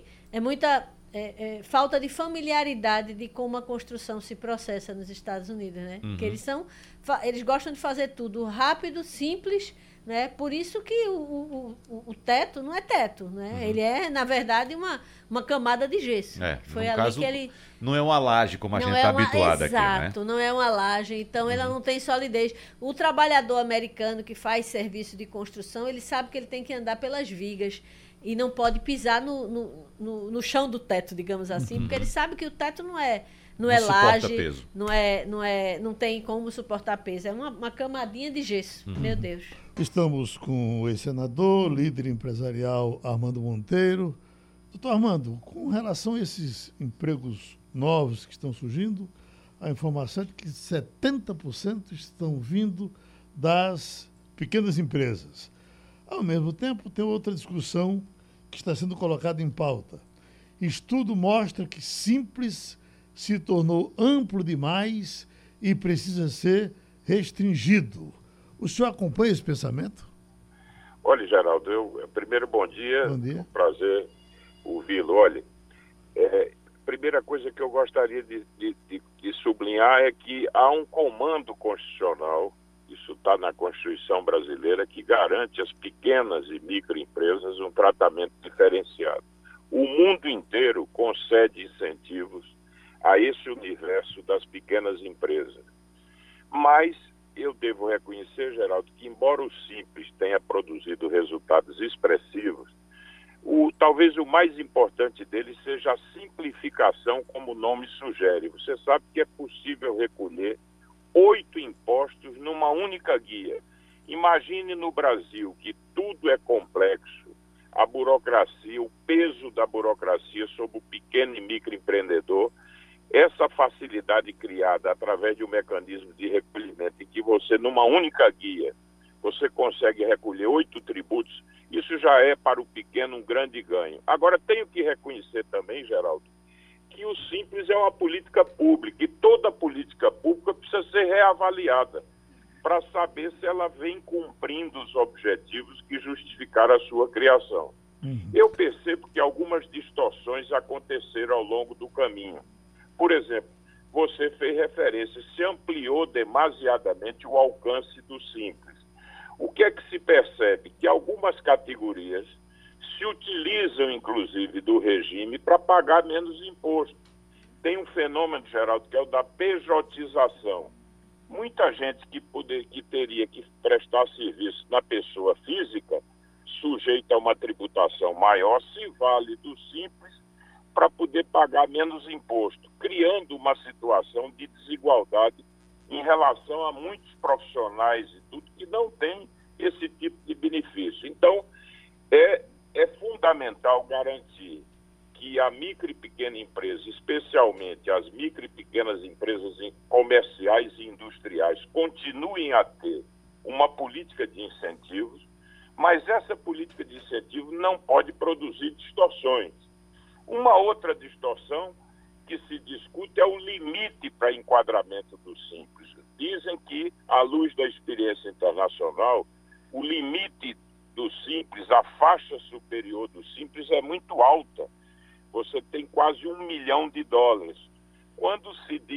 falta de familiaridade de como a construção se processa nos Estados Unidos, né? Porque eles gostam de fazer tudo rápido, simples, né? Por isso que o teto não é teto, né? Ele é, na verdade, uma camada de gesso. Foi ali que ele... Não é uma laje como a gente está habituado aqui, né? Exato, não é uma laje, então ela não tem solidez. O trabalhador americano que faz serviço de construção, ele sabe que ele tem que andar pelas vigas e não pode pisar no chão do teto, digamos assim, porque ele sabe que o teto não é laje, peso. Não tem como suportar peso, é uma camadinha de gesso, meu Deus. Estamos com o ex-senador, líder empresarial Armando Monteiro. Doutor Armando, com relação a esses empregos novos que estão surgindo, a informação é de que 70% estão vindo das pequenas empresas. Ao mesmo tempo, tem outra discussão que está sendo colocada em pauta. Estudo mostra que simples se tornou amplo demais e precisa ser restringido. O senhor acompanha esse pensamento? Olha, Geraldo, primeiro bom dia. Bom dia. Um prazer ouvi-lo. Olha, primeira coisa que eu gostaria de sublinhar é que há um comando constitucional, isso está na Constituição brasileira, que garante às pequenas e microempresas um tratamento diferenciado. O mundo inteiro concede incentivos a esse universo das pequenas empresas. Mas eu devo reconhecer, Geraldo, que embora o Simples tenha produzido resultados expressivos, talvez o mais importante dele seja a simplificação, como o nome sugere. Você sabe que é possível recolher 8 impostos numa única guia. Imagine no Brasil que tudo é complexo, a burocracia, o peso da burocracia sobre o pequeno e microempreendedor, essa facilidade criada através de um mecanismo de recolhimento em que você, numa única guia, você consegue recolher 8 tributos, isso já é para o pequeno um grande ganho. Agora, tenho que reconhecer também, Geraldo, que o Simples é uma política pública e toda política pública precisa ser reavaliada para saber se ela vem cumprindo os objetivos que justificaram a sua criação. Eu percebo que algumas distorções aconteceram ao longo do caminho. Por exemplo, você fez referência, se ampliou demasiadamente o alcance do Simples. O que é que se percebe? Que algumas categorias se utilizam, inclusive, do regime para pagar menos imposto. Tem um fenômeno, Geraldo, que é o da pejotização. Muita gente que teria que prestar serviço na pessoa física, sujeita a uma tributação maior, se vale do Simples para poder pagar menos imposto, criando uma situação de desigualdade em relação a muitos profissionais e tudo que não tem esse tipo de benefício. Então, é fundamental garantir que a micro e pequena empresa, especialmente as micro e pequenas empresas comerciais e industriais, continuem a ter uma política de incentivos, mas essa política de incentivo não pode produzir distorções. Uma outra distorção que se discute é o limite para enquadramento do Simples. Dizem que, à luz da experiência internacional, o limite do Simples, a faixa superior do Simples é muito alta. Você tem quase $1 milhão. Quando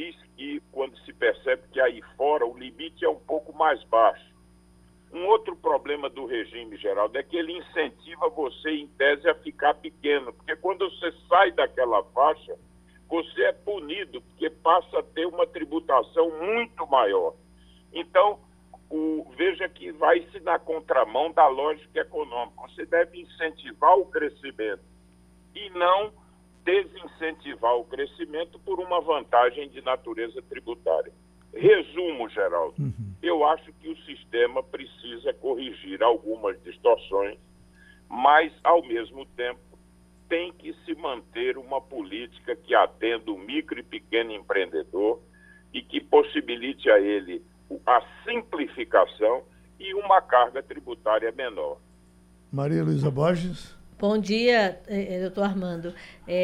se percebe que aí fora o limite é um pouco mais baixo. Um outro problema do regime, Geraldo, é que ele incentiva você, em tese, a ficar pequeno, porque quando você sai daquela faixa, você é punido, porque passa a ter uma tributação muito maior. Então, veja que vai-se na contramão da lógica econômica. Você deve incentivar o crescimento e não desincentivar o crescimento por uma vantagem de natureza tributária. Resumo, Geraldo, eu acho que o sistema precisa corrigir algumas distorções, mas, ao mesmo tempo, tem que se manter uma política que atenda o micro e pequeno empreendedor e que possibilite a ele a simplificação e uma carga tributária menor. Maria Luísa Borges. Bom dia, doutor Armando.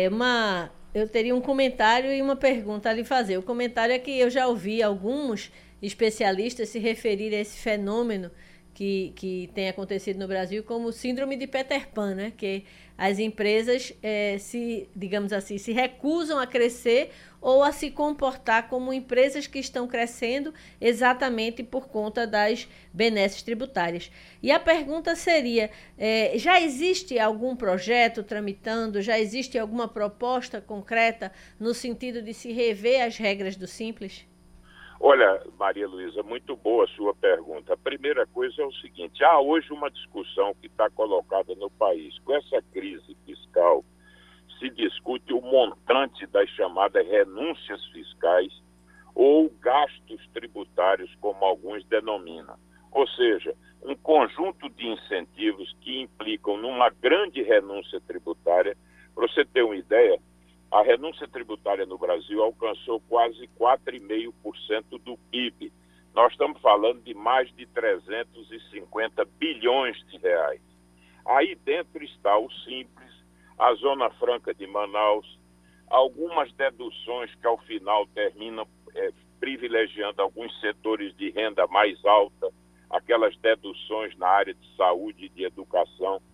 Eu teria um comentário e uma pergunta a lhe fazer. O comentário é que eu já ouvi alguns especialistas se referirem a esse fenômeno que tem acontecido no Brasil como síndrome de Peter Pan, né? Que as empresas digamos assim, se recusam a crescer ou a se comportar como empresas que estão crescendo exatamente por conta das benesses tributárias. E a pergunta seria, já existe algum projeto tramitando, já existe alguma proposta concreta no sentido de se rever as regras do Simples? Olha, Maria Luísa, muito boa a sua pergunta. A primeira coisa é o seguinte, há hoje uma discussão que está colocada no país. Com essa crise fiscal, se discute o montante das chamadas renúncias fiscais ou gastos tributários, como alguns denominam. Ou seja, um conjunto de incentivos que implicam numa grande renúncia tributária. Para você ter uma ideia, a renúncia tributária no Brasil alcançou quase 4,5% do PIB. Nós estamos falando de mais de 350 bilhões de reais. Aí dentro está o Simples, a Zona Franca de Manaus, algumas deduções que ao final terminam privilegiando alguns setores de renda mais alta, aquelas deduções na área de saúde e de educação.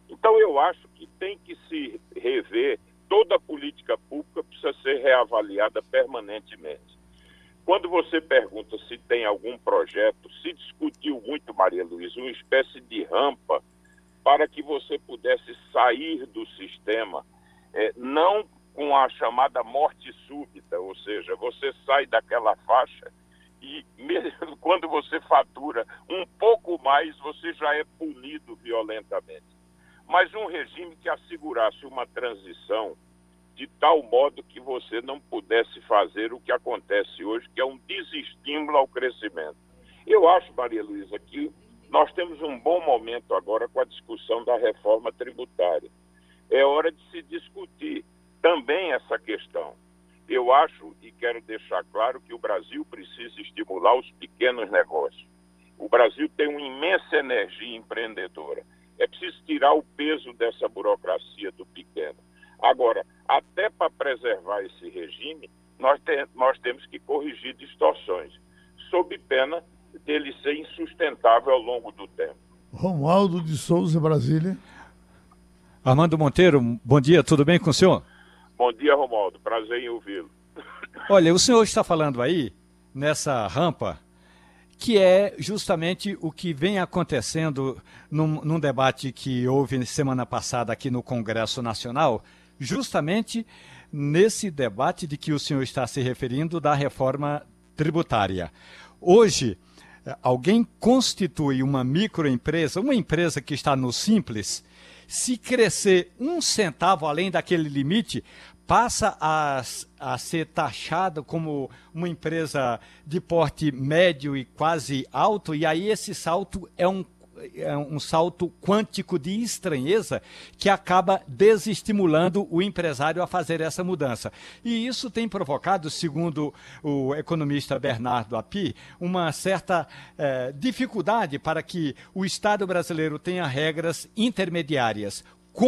Então, eu acho que tem que se rever, toda a política pública precisa ser reavaliada permanentemente. Quando você pergunta se tem algum projeto, se discutiu muito, Maria Luísa, uma espécie de rampa para que você pudesse sair do sistema, não com a chamada morte súbita, ou seja, você sai daquela faixa e mesmo quando você fatura um pouco mais, você já é punido violentamente. Mas um regime que assegurasse uma transição de tal modo que você não pudesse fazer o que acontece hoje, que é um desestímulo ao crescimento. Eu acho, Maria Luísa, que nós temos um bom momento agora com a discussão da reforma tributária. É hora de se discutir também essa questão. Eu acho e quero deixar claro que o Brasil precisa estimular os pequenos negócios. O Brasil tem uma imensa energia empreendedora. É preciso tirar o peso dessa burocracia do pequeno. Agora, até para preservar esse regime, nós temos que corrigir distorções, sob pena dele ser insustentável ao longo do tempo. Romualdo de Souza, Brasília. Armando Monteiro, bom dia, tudo bem com o senhor? Bom dia, Romualdo, prazer em ouvi-lo. Olha, o senhor está falando aí, nessa rampa, que é justamente o que vem acontecendo num debate que houve semana passada aqui no Congresso Nacional, justamente nesse debate de que o senhor está se referindo da reforma tributária. Hoje, alguém constitui uma microempresa, uma empresa que está no Simples, se crescer 1 centavo além daquele limite, passa a ser taxado como uma empresa de porte médio e quase alto, e aí esse salto é um salto quântico de estranheza que acaba desestimulando o empresário a fazer essa mudança. E isso tem provocado, segundo o economista Bernardo Api, uma certa dificuldade para que o Estado brasileiro tenha regras intermediárias.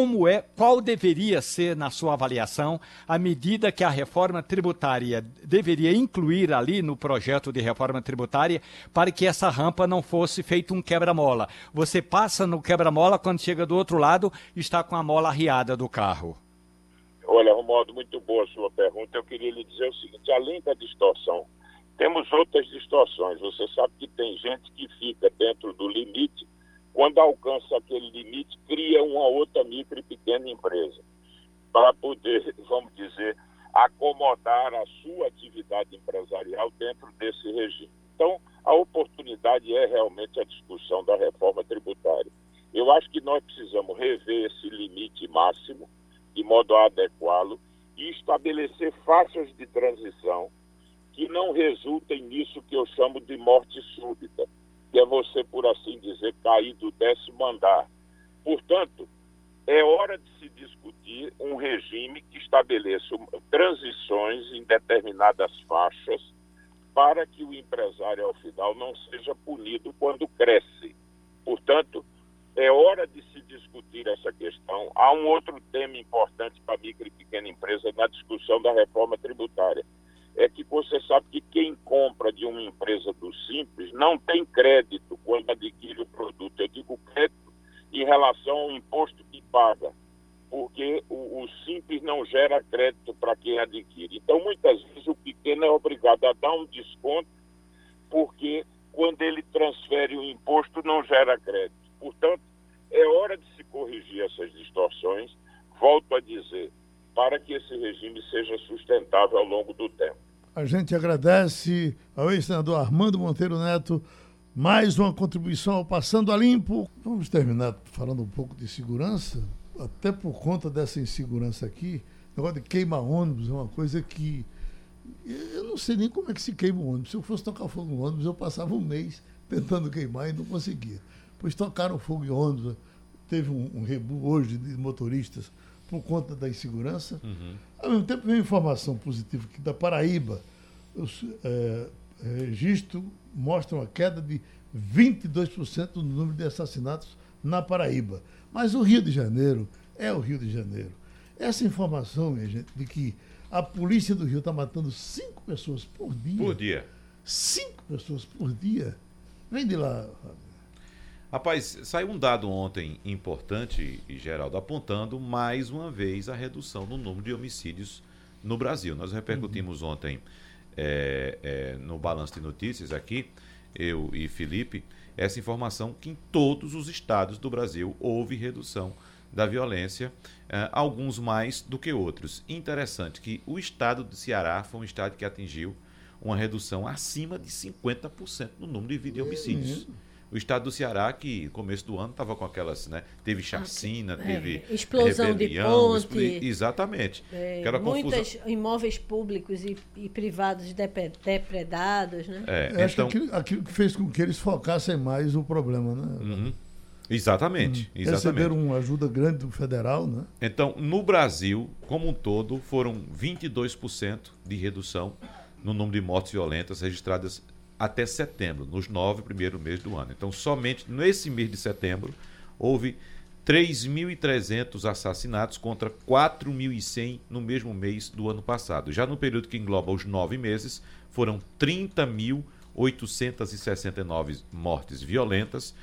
Qual deveria ser, na sua avaliação, a medida que a reforma tributária deveria incluir ali no projeto de reforma tributária para que essa rampa não fosse feito um quebra-mola? Você passa no quebra-mola, quando chega do outro lado, está com a mola arriada do carro. Olha, Romualdo, muito boa a sua pergunta. Eu queria lhe dizer o seguinte, além da distorção, temos outras distorções. Você sabe que tem gente que fica dentro do limite. Quando alcança aquele limite, cria uma outra micro e pequena empresa para poder, vamos dizer, acomodar a sua atividade empresarial dentro desse regime. Então, a oportunidade é realmente a discussão da reforma tributária. Eu acho que nós precisamos rever esse limite máximo, de modo a adequá-lo, e estabelecer faixas de transição que não resultem nisso que eu chamo de morte súbita, que é você, por assim dizer, cair do 10º andar. Portanto, é hora de se discutir um regime que estabeleça transições em determinadas faixas para que o empresário, ao final, não seja punido quando cresce. Portanto, é hora de se discutir essa questão. Há um outro tema importante para a micro e pequena empresa na discussão da reforma tributária. É que você sabe que quem compra de uma empresa do Simples não tem crédito quando adquire o produto. Eu digo crédito em relação ao imposto que paga, porque o Simples não gera crédito para quem adquire. Então, muitas vezes, o pequeno é obrigado a dar um desconto, porque quando ele transfere o imposto, não gera crédito. Portanto, é hora de se corrigir essas distorções, volto a dizer, para que esse regime seja sustentável ao longo do tempo. A gente agradece ao ex-senador Armando Monteiro Neto mais uma contribuição ao Passando a Limpo. Vamos terminar falando um pouco de segurança, até por conta dessa insegurança aqui. O negócio de queimar ônibus é uma coisa que eu não sei nem como é que se queima o ônibus. Se eu fosse tocar fogo no ônibus, eu passava um mês tentando queimar e não conseguia. Pois tocaram fogo em ônibus, teve um rebu hoje de motoristas por conta da insegurança. Ao mesmo tempo, veio informação positiva que da Paraíba, os registros mostram uma queda de 22% no número de assassinatos na Paraíba. Mas o Rio de Janeiro é o Rio de Janeiro. Essa informação, minha gente, de que a polícia do Rio está matando 5 pessoas por dia. Por dia. 5 pessoas por dia. Vem de lá, Fábio. Rapaz, saiu um dado ontem importante, Geraldo, apontando mais uma vez a redução no número de homicídios no Brasil. Nós repercutimos ontem no Balanço de Notícias aqui, eu e Felipe, essa informação que em todos os estados do Brasil houve redução da violência, alguns mais do que outros. Interessante que o estado do Ceará foi um estado que atingiu uma redução acima de 50% no número de homicídios. O estado do Ceará, que no começo do ano estava com aquelas, né? Teve chacina, teve explosão rebelião, de ponte. Exatamente. Muitos imóveis públicos e privados depredados, né? Acho que aquilo que fez com que eles focassem mais o problema, né? Uhum. Exatamente. Receberam uma ajuda grande do federal, né? Então, no Brasil, como um todo, foram 22% de redução no número de mortes violentas registradas até setembro, nos 9 primeiros meses do ano. Então, somente nesse mês de setembro, houve 3.300 assassinatos contra 4.100 no mesmo mês do ano passado. Já no período que engloba os 9 meses, foram 30.869 mortes violentas,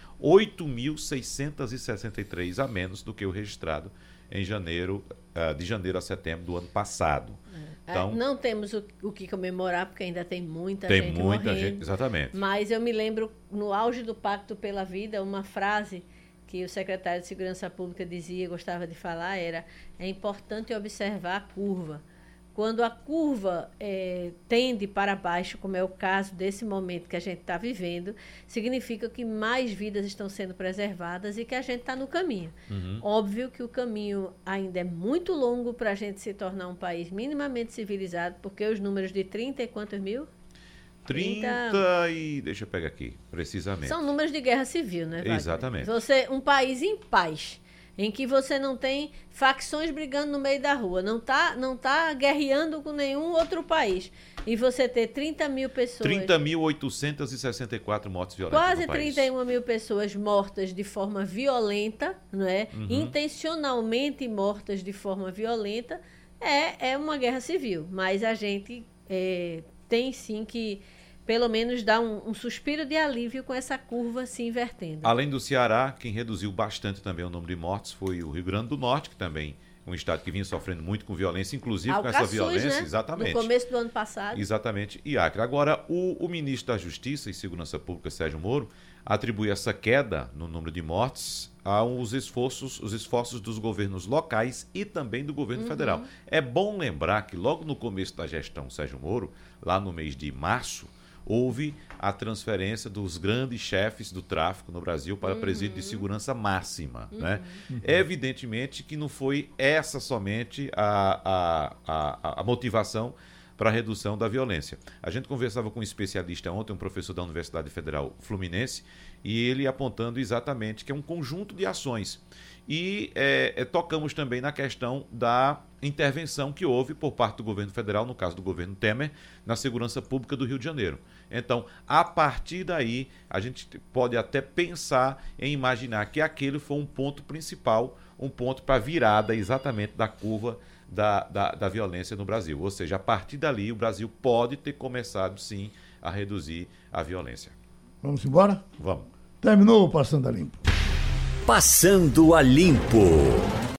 8.663 a menos do que o registrado em de janeiro a setembro do ano passado. Então, não temos o que comemorar, porque ainda tem muita gente morrendo. Exatamente. Mas eu me lembro, no auge do Pacto pela Vida, uma frase que o secretário de Segurança Pública dizia, gostava de falar, é importante observar a curva. Quando a curva tende para baixo, como é o caso desse momento que a gente está vivendo, significa que mais vidas estão sendo preservadas e que a gente está no caminho. Óbvio que o caminho ainda é muito longo para a gente se tornar um país minimamente civilizado, porque os números de 30 e quantos mil? 30 e... Deixa eu pegar aqui, precisamente. São números de guerra civil, né, Wagner? Exatamente. Um país em paz, em que você não tem facções brigando no meio da rua, não tá guerreando com nenhum outro país. E você ter 30 mil pessoas... 30.864 mortes violentas quase no país. 31 mil pessoas mortas de forma violenta, não é? Intencionalmente mortas de forma violenta, é uma guerra civil. Mas a gente tem sim que... pelo menos dá um suspiro de alívio com essa curva se invertendo. Além do Ceará, quem reduziu bastante também o número de mortes foi o Rio Grande do Norte, que também é um estado que vinha sofrendo muito com violência, inclusive com essa violência, né? exatamente. No começo do ano passado. Exatamente, e Acre. Agora, o ministro da Justiça e Segurança Pública, Sérgio Moro, atribui essa queda no número de mortes aos esforços dos governos locais e também do governo federal. É bom lembrar que logo no começo da gestão Sérgio Moro, lá no mês de março, houve a transferência dos grandes chefes do tráfico no Brasil para presídio de segurança máxima. Né? Evidentemente que não foi essa somente a motivação para a redução da violência. A gente conversava com um especialista ontem, um professor da Universidade Federal Fluminense, e ele apontando exatamente que é um conjunto de ações. E tocamos também na questão da intervenção que houve por parte do governo federal, no caso do governo Temer, na segurança pública do Rio de Janeiro. Então, a partir daí, a gente pode até pensar em imaginar que aquele foi um ponto principal, um ponto para a virada exatamente da curva da violência no Brasil. Ou seja, a partir dali, o Brasil pode ter começado, sim, a reduzir a violência. Vamos embora? Vamos. Terminou o Passando a Limpo. Passando a Limpo.